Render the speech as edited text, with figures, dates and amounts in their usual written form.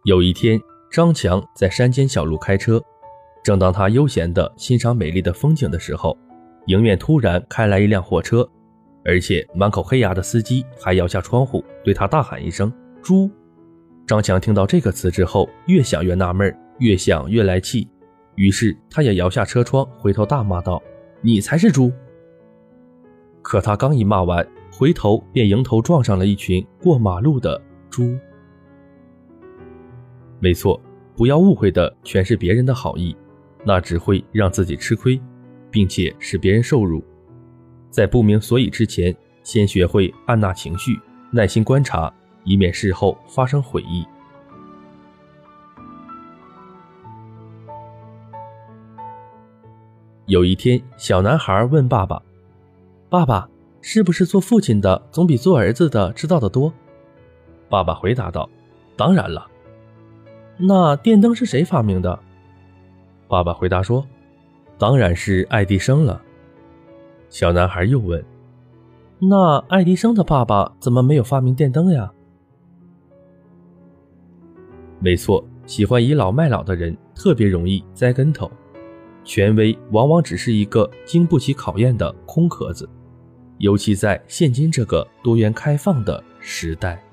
有一天，张强在山间小路开车，正当他悠闲地欣赏美丽的风景的时候，迎面突然开来一辆货车，而且满口黑牙的司机还摇下窗户对他大喊一声猪。张强听到这个词之后，越想越纳闷，越想越来气，于是他也摇下车窗回头大骂道：你才是猪。可他刚一骂完，回头便迎头撞上了一群过马路的猪。没错，不要误会的全是别人的好意，那只会让自己吃亏，并且使别人受辱。在不明所以之前，先学会按捺情绪，耐心观察，以免事后发生悔意。有一天，小男孩问爸爸：爸爸，是不是做父亲的总比做儿子的知道得多？爸爸回答道：当然了。那电灯是谁发明的？爸爸回答说：当然是爱迪生了。小男孩又问：那爱迪生的爸爸怎么没有发明电灯呀？没错，喜欢倚老卖老的人特别容易栽跟头，权威往往只是一个经不起考验的空壳子，尤其在现今这个多元开放的时代。